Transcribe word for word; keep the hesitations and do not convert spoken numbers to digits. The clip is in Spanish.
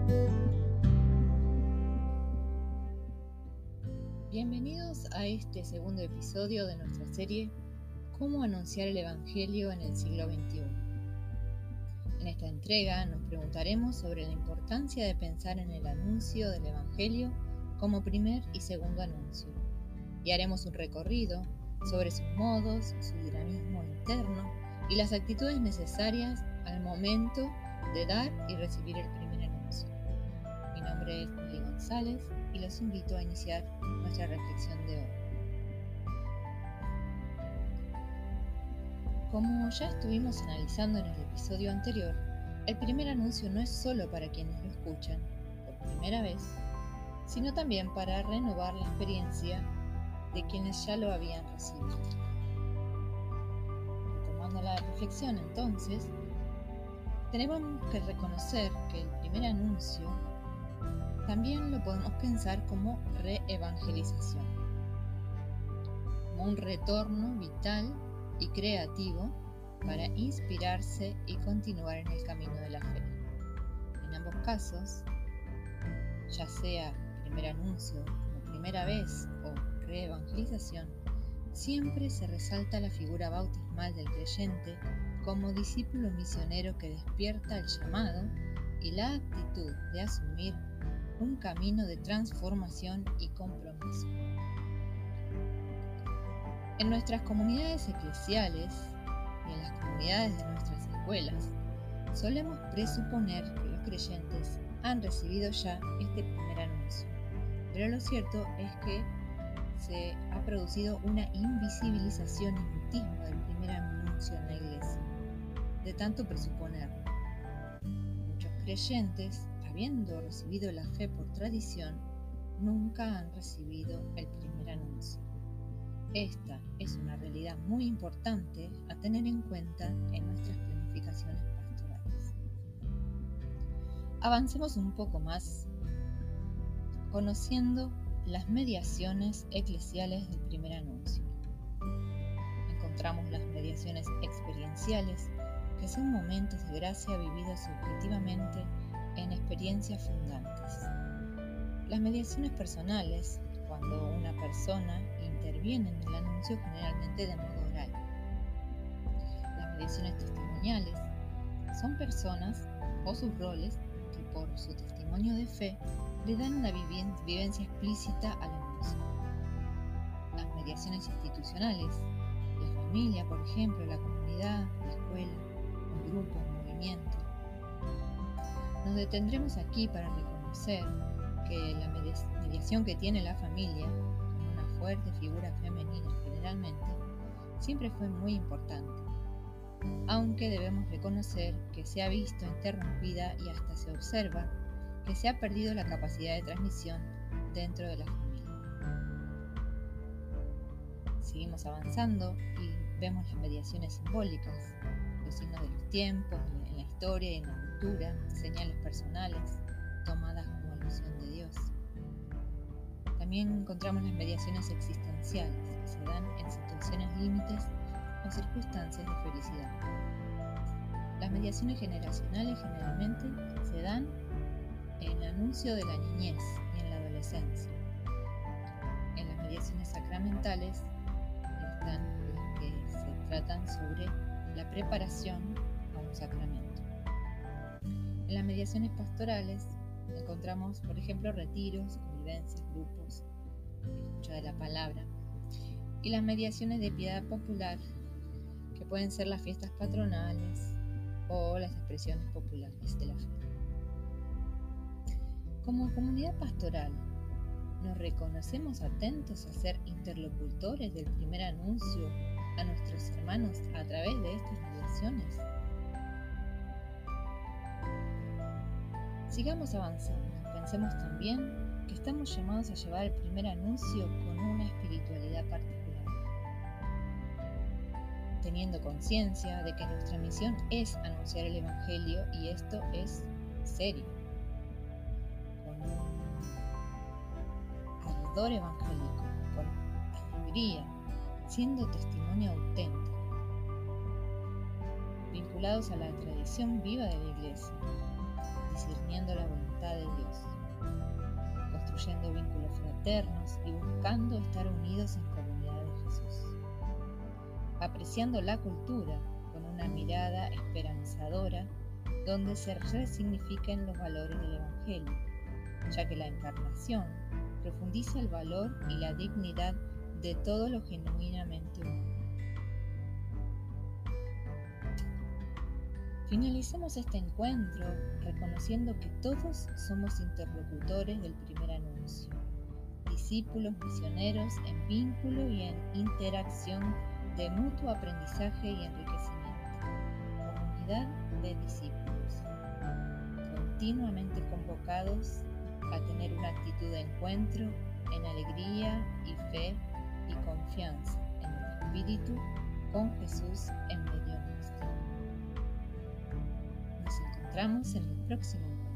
Bienvenidos a este segundo episodio de nuestra serie ¿Cómo anunciar el Evangelio en el siglo veintiuno? En esta entrega nos preguntaremos sobre la importancia de pensar en el anuncio del Evangelio como primer y segundo anuncio, y haremos un recorrido sobre sus modos, su dinamismo interno y las actitudes necesarias al momento de dar y recibir el primer anuncio. Mi nombre es Lili González y los invito a iniciar nuestra reflexión de hoy. Como ya estuvimos analizando en el episodio anterior, el primer anuncio no es solo para quienes lo escuchan por primera vez, sino también para renovar la experiencia de quienes ya lo habían recibido. Retomando la reflexión entonces, tenemos que reconocer que el primer anuncio también lo podemos pensar como reevangelización, como un retorno vital y creativo para inspirarse y continuar en el camino de la fe. En ambos casos, ya sea primer anuncio como primera vez o reevangelización, siempre se resalta la figura bautismal del creyente como discípulo misionero que despierta el llamado y la actitud de asumir un camino de transformación y compromiso. En nuestras comunidades eclesiales y en las comunidades de nuestras escuelas, solemos presuponer que los creyentes han recibido ya este primer anuncio, pero lo cierto es que se ha producido una invisibilización y mutismo del primer anuncio en la iglesia, de tanto presuponerlo. Muchos creyentes, habiendo recibido la fe por tradición, nunca han recibido el primer anuncio. Esta es una realidad muy importante a tener en cuenta en nuestras planificaciones pastorales. Avancemos un poco más, conociendo las mediaciones eclesiales del primer anuncio. Encontramos las mediaciones experienciales, que son momentos de gracia vividos subjetivamente en experiencias fundantes. Las mediaciones personales, cuando una persona interviene en el anuncio generalmente de modo oral. Las mediaciones testimoniales son personas o sus roles que por su testimonio de fe le dan una vivencia explícita al anuncio. Las mediaciones institucionales, la familia, por ejemplo, la comunidad, la escuela, un grupo, un movimiento. Nos detendremos aquí para reconocer que la mediación que tiene la familia, con una fuerte figura femenina generalmente, siempre fue muy importante, aunque debemos reconocer que se ha visto interrumpida y hasta se observa que se ha perdido la capacidad de transmisión dentro de la familia. Seguimos avanzando y vemos las mediaciones simbólicas, los signos de los tiempos, en la historia y en la cultura, señales personales, tomadas como alusión de Dios. También encontramos las mediaciones existenciales, que se dan en situaciones límites o circunstancias de felicidad. Las mediaciones generacionales generalmente se dan en el anuncio de la niñez y en la adolescencia. En las mediaciones sacramentales están las que se tratan sobre la preparación a un sacramento. En las mediaciones pastorales encontramos, por ejemplo, retiros, convivencias, grupos, escucha de la palabra, y las mediaciones de piedad popular, que pueden ser las fiestas patronales o las expresiones populares de la fe. Como comunidad pastoral, ¿nos reconocemos atentos a ser interlocutores del primer anuncio a nuestros hermanos a través de estas mediaciones? Sigamos avanzando. Pensemos también que estamos llamados a llevar el primer anuncio con una espiritualidad particular, teniendo conciencia de que nuestra misión es anunciar el Evangelio y esto es serio, con un ardor evangélico, con alegría, siendo testimonio auténtico, vinculados a la tradición viva de la Iglesia, discerniendo la voluntad de Dios, construyendo vínculos fraternos y buscando estar unidos en comunidad de Jesús, apreciando la cultura con una mirada esperanzadora donde se resignifiquen los valores del Evangelio, ya que la encarnación profundiza el valor y la dignidad de todo lo genuinamente humano. Finalicemos este encuentro reconociendo que todos somos interlocutores del primer anuncio, discípulos misioneros en vínculo y en interacción de mutuo aprendizaje y enriquecimiento, comunidad de discípulos, continuamente convocados a tener una actitud de encuentro en alegría y fe y confianza en el Espíritu con Jesús en medio nuestro. Nos encontramos en el próximo encuentro.